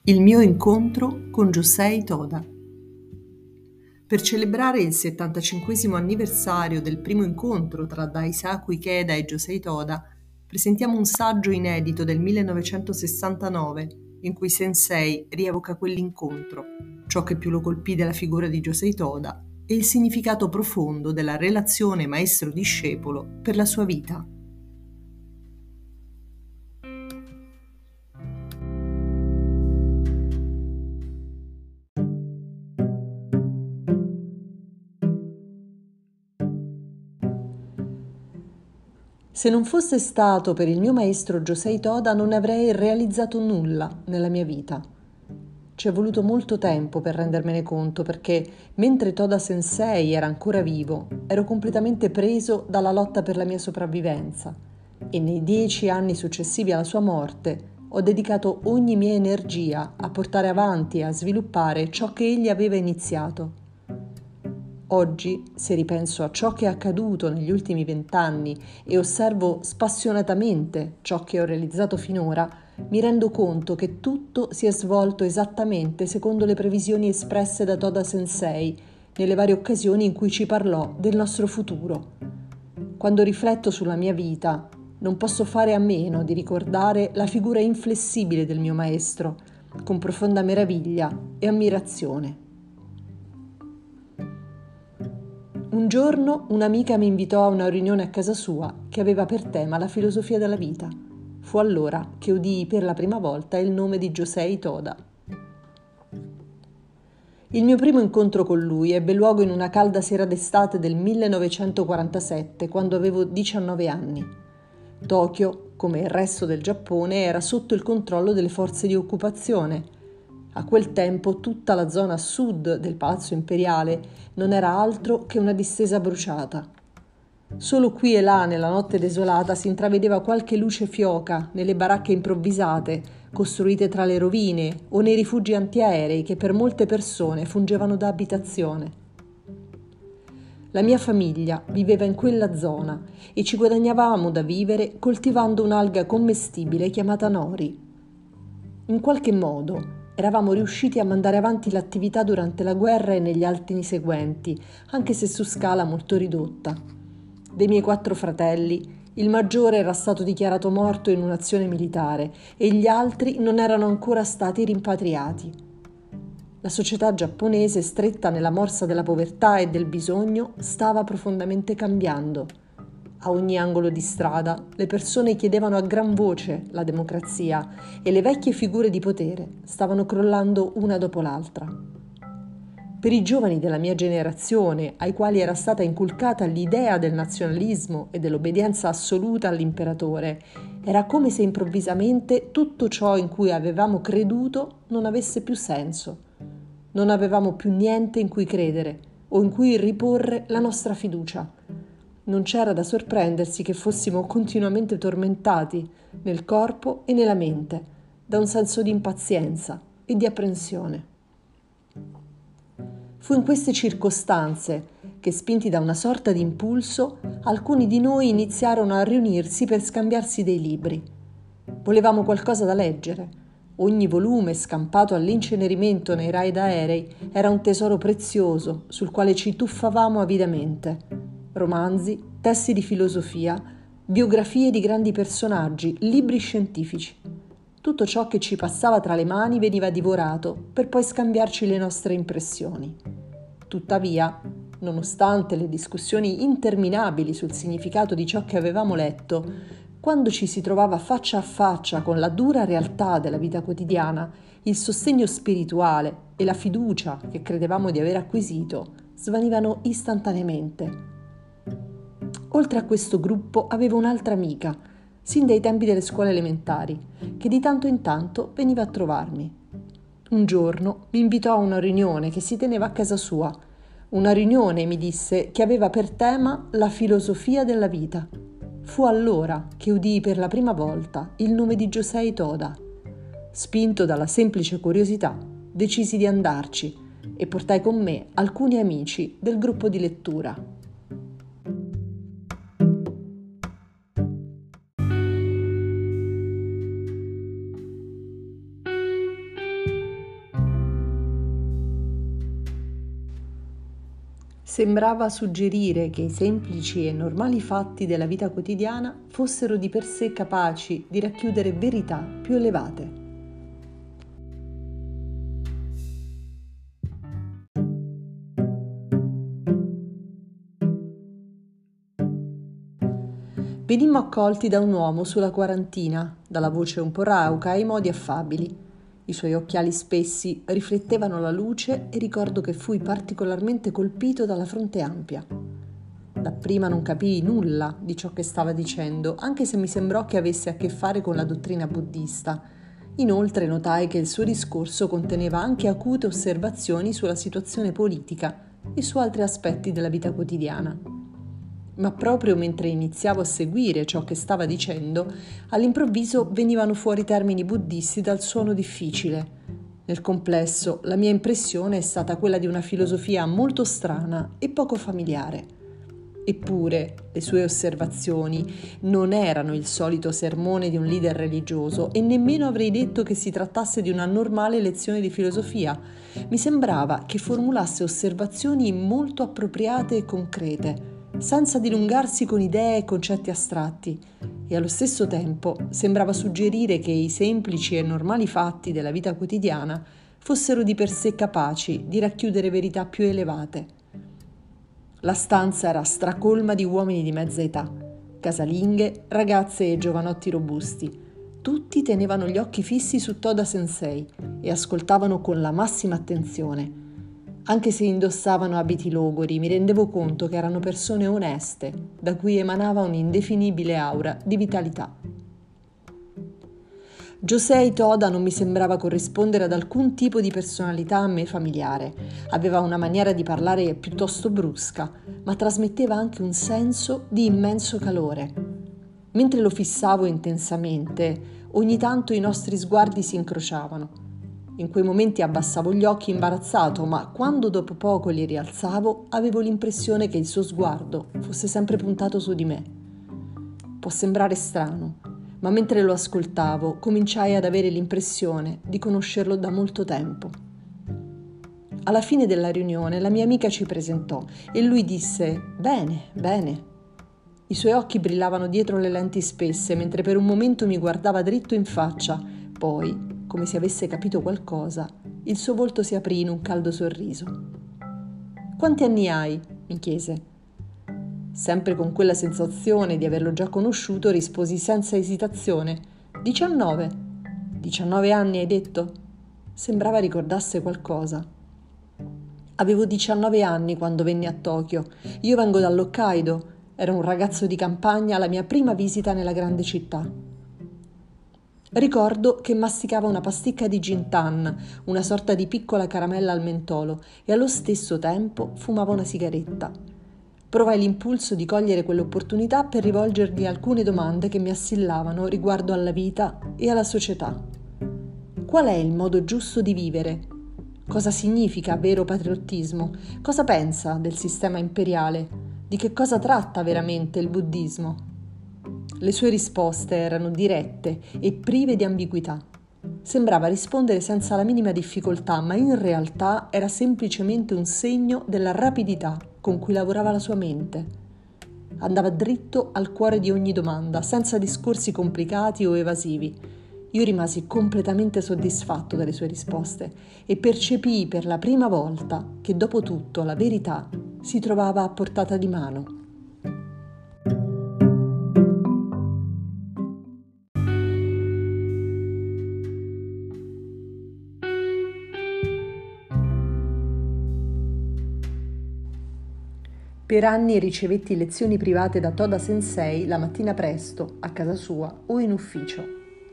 Il mio incontro con Josei Toda. Per celebrare il 75° anniversario del primo incontro tra Daisaku Ikeda e Josei Toda, presentiamo un saggio inedito del 1969 in cui Sensei rievoca quell'incontro, ciò che più lo colpì della figura di Josei Toda e il significato profondo della relazione maestro-discepolo per la sua vita. Se non fosse stato per il mio maestro Josei Toda non avrei realizzato nulla nella mia vita. Ci è voluto molto tempo per rendermene conto perché, mentre Toda Sensei era ancora vivo, ero completamente preso dalla lotta per la mia sopravvivenza e nei 10 anni successivi alla sua morte ho dedicato ogni mia energia a portare avanti e a sviluppare ciò che egli aveva iniziato. Oggi, se ripenso a ciò che è accaduto negli ultimi 20 anni e osservo spassionatamente ciò che ho realizzato finora, mi rendo conto che tutto si è svolto esattamente secondo le previsioni espresse da Toda Sensei nelle varie occasioni in cui ci parlò del nostro futuro. Quando rifletto sulla mia vita, non posso fare a meno di ricordare la figura inflessibile del mio maestro, con profonda meraviglia e ammirazione. Un giorno un'amica mi invitò a una riunione a casa sua che aveva per tema la filosofia della vita. Fu allora che udii per la prima volta il nome di Josei Toda. Il mio primo incontro con lui ebbe luogo in una calda sera d'estate del 1947, quando avevo 19 anni. Tokyo, come il resto del Giappone, era sotto il controllo delle forze di occupazione. A quel tempo tutta la zona sud del Palazzo Imperiale non era altro che una distesa bruciata. Solo qui e là, nella notte desolata, si intravedeva qualche luce fioca nelle baracche improvvisate, costruite tra le rovine, o nei rifugi antiaerei che per molte persone fungevano da abitazione. La mia famiglia viveva in quella zona e ci guadagnavamo da vivere coltivando un'alga commestibile chiamata nori. In qualche modo eravamo riusciti a mandare avanti l'attività durante la guerra e negli anni seguenti, anche se su scala molto ridotta. Dei miei 4 fratelli, il maggiore era stato dichiarato morto in un'azione militare e gli altri non erano ancora stati rimpatriati. La società giapponese, stretta nella morsa della povertà e del bisogno, stava profondamente cambiando. A ogni angolo di strada le persone chiedevano a gran voce la democrazia e le vecchie figure di potere stavano crollando una dopo l'altra. Per i giovani della mia generazione, ai quali era stata inculcata l'idea del nazionalismo e dell'obbedienza assoluta all'imperatore, era come se improvvisamente tutto ciò in cui avevamo creduto non avesse più senso. Non avevamo più niente in cui credere o in cui riporre la nostra fiducia. Non c'era da sorprendersi che fossimo continuamente tormentati nel corpo e nella mente da un senso di impazienza e di apprensione. Fu in queste circostanze che, spinti da una sorta di impulso, alcuni di noi iniziarono a riunirsi per scambiarsi dei libri. Volevamo qualcosa da leggere. Ogni volume scampato all'incenerimento nei raid aerei era un tesoro prezioso sul quale ci tuffavamo avidamente. Romanzi, testi di filosofia, biografie di grandi personaggi, libri scientifici. Tutto ciò che ci passava tra le mani veniva divorato per poi scambiarci le nostre impressioni. Tuttavia, nonostante le discussioni interminabili sul significato di ciò che avevamo letto, quando ci si trovava faccia a faccia con la dura realtà della vita quotidiana, il sostegno spirituale e la fiducia che credevamo di aver acquisito svanivano istantaneamente. Oltre a questo gruppo avevo un'altra amica, sin dai tempi delle scuole elementari, che di tanto in tanto veniva a trovarmi. Un giorno mi invitò a una riunione che si teneva a casa sua. Una riunione, mi disse, che aveva per tema la filosofia della vita. Fu allora che udii per la prima volta il nome di Josei Toda. Spinto dalla semplice curiosità, decisi di andarci e portai con me alcuni amici del gruppo di lettura. Sembrava suggerire che i semplici e normali fatti della vita quotidiana fossero di per sé capaci di racchiudere verità più elevate. Venimmo accolti da un uomo sulla quarantina, dalla voce un po' rauca e i modi affabili. I suoi occhiali spessi riflettevano la luce e ricordo che fui particolarmente colpito dalla fronte ampia. Dapprima non capii nulla di ciò che stava dicendo, anche se mi sembrò che avesse a che fare con la dottrina buddista. Inoltre notai che il suo discorso conteneva anche acute osservazioni sulla situazione politica e su altri aspetti della vita quotidiana. Ma proprio mentre iniziavo a seguire ciò che stava dicendo, all'improvviso venivano fuori termini buddisti dal suono difficile. Nel complesso, la mia impressione è stata quella di una filosofia molto strana e poco familiare. Eppure, le sue osservazioni non erano il solito sermone di un leader religioso e nemmeno avrei detto che si trattasse di una normale lezione di filosofia. Mi sembrava che formulasse osservazioni molto appropriate e concrete, senza dilungarsi con idee e concetti astratti, e allo stesso tempo sembrava suggerire che i semplici e normali fatti della vita quotidiana fossero di per sé capaci di racchiudere verità più elevate. La stanza era stracolma di uomini di mezza età, casalinghe, ragazze e giovanotti robusti. Tutti tenevano gli occhi fissi su Toda Sensei e ascoltavano con la massima attenzione. Anche se indossavano abiti logori, mi rendevo conto che erano persone oneste, da cui emanava un'indefinibile aura di vitalità. Josei Toda non mi sembrava corrispondere ad alcun tipo di personalità a me familiare. Aveva una maniera di parlare piuttosto brusca, ma trasmetteva anche un senso di immenso calore. Mentre lo fissavo intensamente, ogni tanto i nostri sguardi si incrociavano. In quei momenti abbassavo gli occhi imbarazzato, ma quando dopo poco li rialzavo, avevo l'impressione che il suo sguardo fosse sempre puntato su di me. Può sembrare strano, ma mentre lo ascoltavo cominciai ad avere l'impressione di conoscerlo da molto tempo. Alla fine della riunione la mia amica ci presentò e lui disse «Bene, bene». I suoi occhi brillavano dietro le lenti spesse mentre per un momento mi guardava dritto in faccia, poi, come se avesse capito qualcosa, il suo volto si aprì in un caldo sorriso. «Quanti anni hai?» mi chiese. Sempre con quella sensazione di averlo già conosciuto, risposi senza esitazione. 19. 19 anni hai detto? Sembrava ricordasse qualcosa. Avevo 19 anni quando venni a Tokyo. Io vengo dall'Hokkaido. Ero un ragazzo di campagna alla mia prima visita nella grande città. Ricordo che masticava una pasticca di Jintan, una sorta di piccola caramella al mentolo, e allo stesso tempo fumava una sigaretta. Provai l'impulso di cogliere quell'opportunità per rivolgergli alcune domande che mi assillavano riguardo alla vita e alla società. Qual è il modo giusto di vivere? Cosa significa vero patriottismo? Cosa pensa del sistema imperiale? Di che cosa tratta veramente il buddismo? Le sue risposte erano dirette e prive di ambiguità. Sembrava rispondere senza la minima difficoltà, ma in realtà era semplicemente un segno della rapidità con cui lavorava la sua mente. Andava dritto al cuore di ogni domanda, senza discorsi complicati o evasivi. Io rimasi completamente soddisfatto dalle sue risposte e percepii per la prima volta che dopo tutto la verità si trovava a portata di mano. Per anni ricevetti lezioni private da Toda Sensei la mattina presto, a casa sua o in ufficio.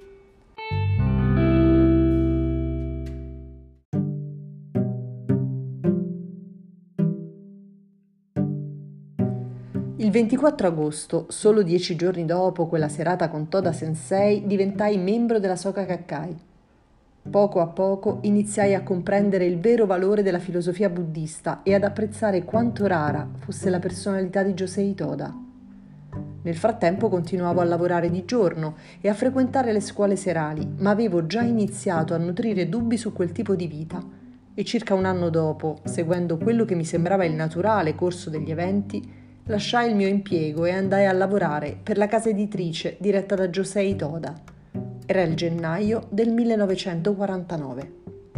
Il 24 agosto, solo 10 giorni dopo quella serata con Toda Sensei, diventai membro della Soka Gakkai. Poco a poco iniziai a comprendere il vero valore della filosofia buddista e ad apprezzare quanto rara fosse la personalità di Josei Toda. Nel frattempo continuavo a lavorare di giorno e a frequentare le scuole serali, ma avevo già iniziato a nutrire dubbi su quel tipo di vita e circa un anno dopo, seguendo quello che mi sembrava il naturale corso degli eventi, lasciai il mio impiego e andai a lavorare per la casa editrice diretta da Josei Toda. Era il gennaio del 1949.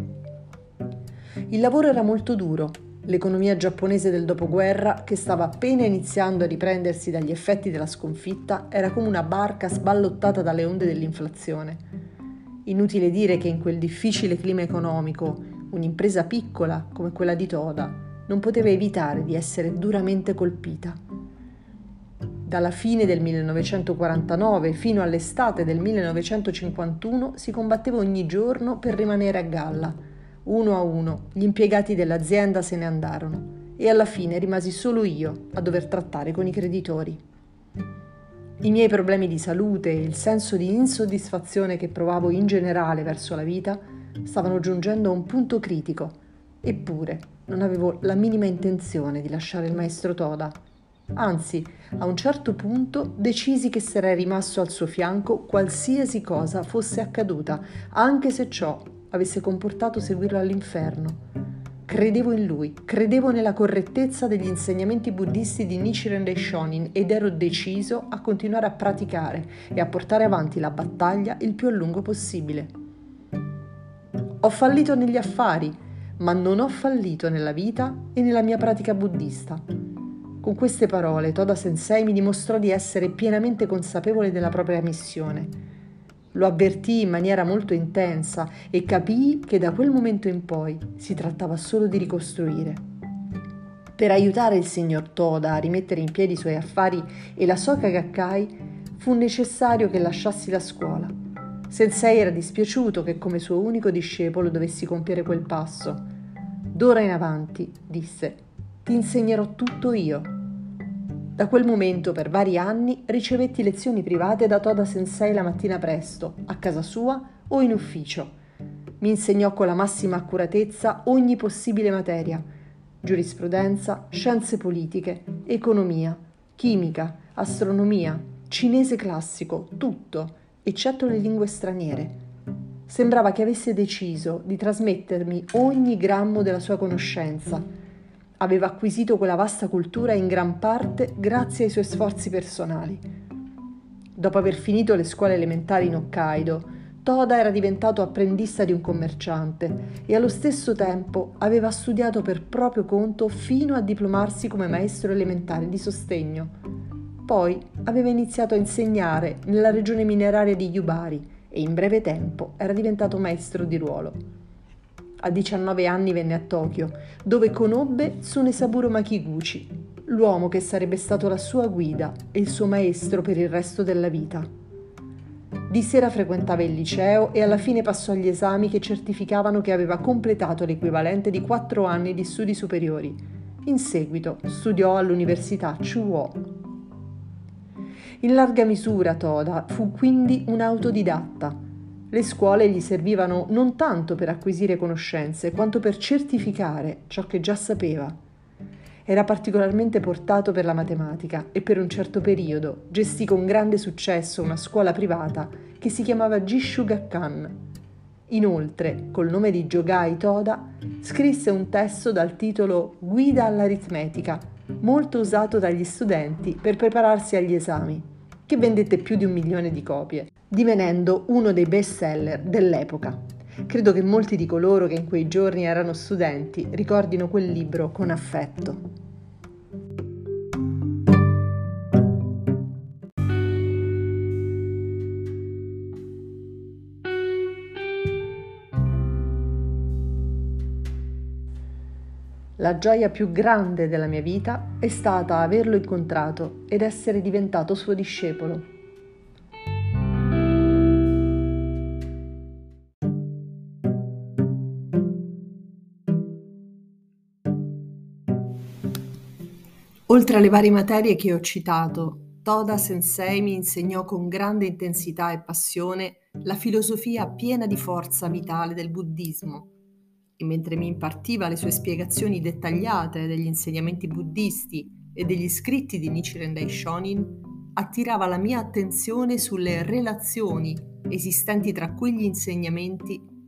Il lavoro era molto duro. L'economia giapponese del dopoguerra, che stava appena iniziando a riprendersi dagli effetti della sconfitta, era come una barca sballottata dalle onde dell'inflazione. Inutile dire che in quel difficile clima economico, un'impresa piccola come quella di Toda non poteva evitare di essere duramente colpita. Dalla fine del 1949 fino all'estate del 1951 si combatteva ogni giorno per rimanere a galla. Uno a uno gli impiegati dell'azienda se ne andarono e alla fine rimasi solo io a dover trattare con i creditori. I miei problemi di salute e il senso di insoddisfazione che provavo in generale verso la vita stavano giungendo a un punto critico, eppure non avevo la minima intenzione di lasciare il maestro Toda. Anzi, a un certo punto decisi che sarei rimasto al suo fianco qualsiasi cosa fosse accaduta, anche se ciò avesse comportato seguirlo all'inferno. Credevo in lui, credevo nella correttezza degli insegnamenti buddisti di Nichiren Daishonin ed ero deciso a continuare a praticare e a portare avanti la battaglia il più a lungo possibile. Ho fallito negli affari, ma non ho fallito nella vita e nella mia pratica buddista. Con queste parole Toda Sensei mi dimostrò di essere pienamente consapevole della propria missione. Lo avvertii in maniera molto intensa e capii che da quel momento in poi si trattava solo di ricostruire. Per aiutare il signor Toda a rimettere in piedi i suoi affari e la Soka Gakkai fu necessario che lasciassi la scuola. Sensei era dispiaciuto che come suo unico discepolo dovessi compiere quel passo. D'ora in avanti, disse, ti insegnerò tutto io. Da quel momento, per vari anni, ricevetti lezioni private da Toda Sensei la mattina presto, a casa sua o in ufficio. Mi insegnò con la massima accuratezza ogni possibile materia: giurisprudenza, scienze politiche, economia, chimica, astronomia, cinese classico, tutto, eccetto le lingue straniere. Sembrava che avesse deciso di trasmettermi ogni grammo della sua conoscenza. Aveva acquisito quella vasta cultura in gran parte grazie ai suoi sforzi personali. Dopo aver finito le scuole elementari in Hokkaido, Toda era diventato apprendista di un commerciante e allo stesso tempo aveva studiato per proprio conto fino a diplomarsi come maestro elementare di sostegno. Poi aveva iniziato a insegnare nella regione mineraria di Yubari e in breve tempo era diventato maestro di ruolo. A 19 anni venne a Tokyo, dove conobbe Tsunesaburo Makiguchi, l'uomo che sarebbe stato la sua guida e il suo maestro per il resto della vita. Di sera frequentava il liceo e alla fine passò agli esami che certificavano che aveva completato l'equivalente di 4 anni di studi superiori. In seguito studiò all'Università Chuo. In larga misura Toda fu quindi un autodidatta. Le scuole gli servivano non tanto per acquisire conoscenze, quanto per certificare ciò che già sapeva. Era particolarmente portato per la matematica e per un certo periodo gestì con grande successo una scuola privata che si chiamava Jishugakan. Inoltre, col nome di Jogai Toda, scrisse un testo dal titolo Guida all'aritmetica, molto usato dagli studenti per prepararsi agli esami, che vendette più di 1 milione di copie, divenendo uno dei best seller dell'epoca. Credo che molti di coloro che in quei giorni erano studenti ricordino quel libro con affetto. La gioia più grande della mia vita è stata averlo incontrato ed essere diventato suo discepolo. Oltre alle varie materie che ho citato, Toda Sensei mi insegnò con grande intensità e passione la filosofia piena di forza vitale del buddismo. E mentre mi impartiva le sue spiegazioni dettagliate degli insegnamenti buddisti e degli scritti di Nichiren Daishonin, attirava la mia attenzione sulle relazioni esistenti tra quegli insegnamenti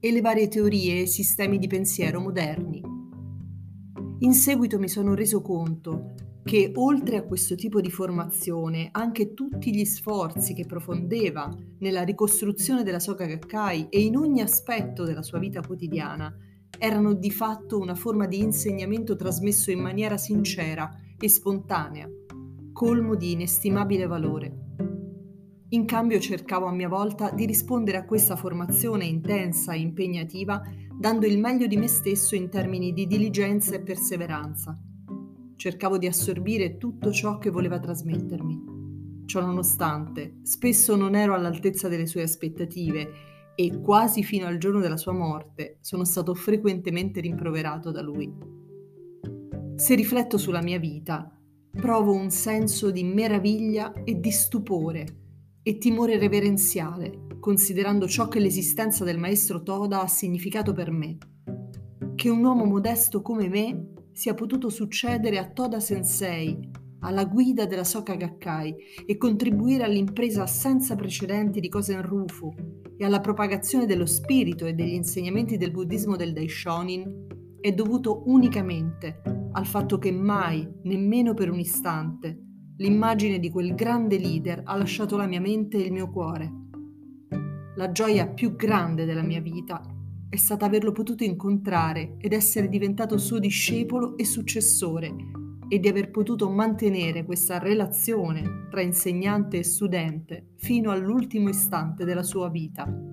e le varie teorie e sistemi di pensiero moderni. In seguito mi sono reso conto che oltre a questo tipo di formazione, anche tutti gli sforzi che profondeva nella ricostruzione della Soka Gakkai e in ogni aspetto della sua vita quotidiana erano di fatto una forma di insegnamento trasmesso in maniera sincera e spontanea, colmo di inestimabile valore. In cambio cercavo a mia volta di rispondere a questa formazione intensa e impegnativa dando il meglio di me stesso in termini di diligenza e perseveranza. Cercavo di assorbire tutto ciò che voleva trasmettermi. Ciononostante, spesso non ero all'altezza delle sue aspettative e quasi fino al giorno della sua morte sono stato frequentemente rimproverato da lui. Se rifletto sulla mia vita, provo un senso di meraviglia e di stupore e timore reverenziale, considerando ciò che l'esistenza del maestro Toda ha significato per me. Che un uomo modesto come me sia potuto succedere a Toda Sensei, alla guida della Soka Gakkai e contribuire all'impresa senza precedenti di Kozen Rufu e alla propagazione dello spirito e degli insegnamenti del buddismo del Daishonin è dovuto unicamente al fatto che mai, nemmeno per un istante, l'immagine di quel grande leader ha lasciato la mia mente e il mio cuore. La gioia più grande della mia vita è stata averlo potuto incontrare ed essere diventato suo discepolo e successore e di aver potuto mantenere questa relazione tra insegnante e studente fino all'ultimo istante della sua vita.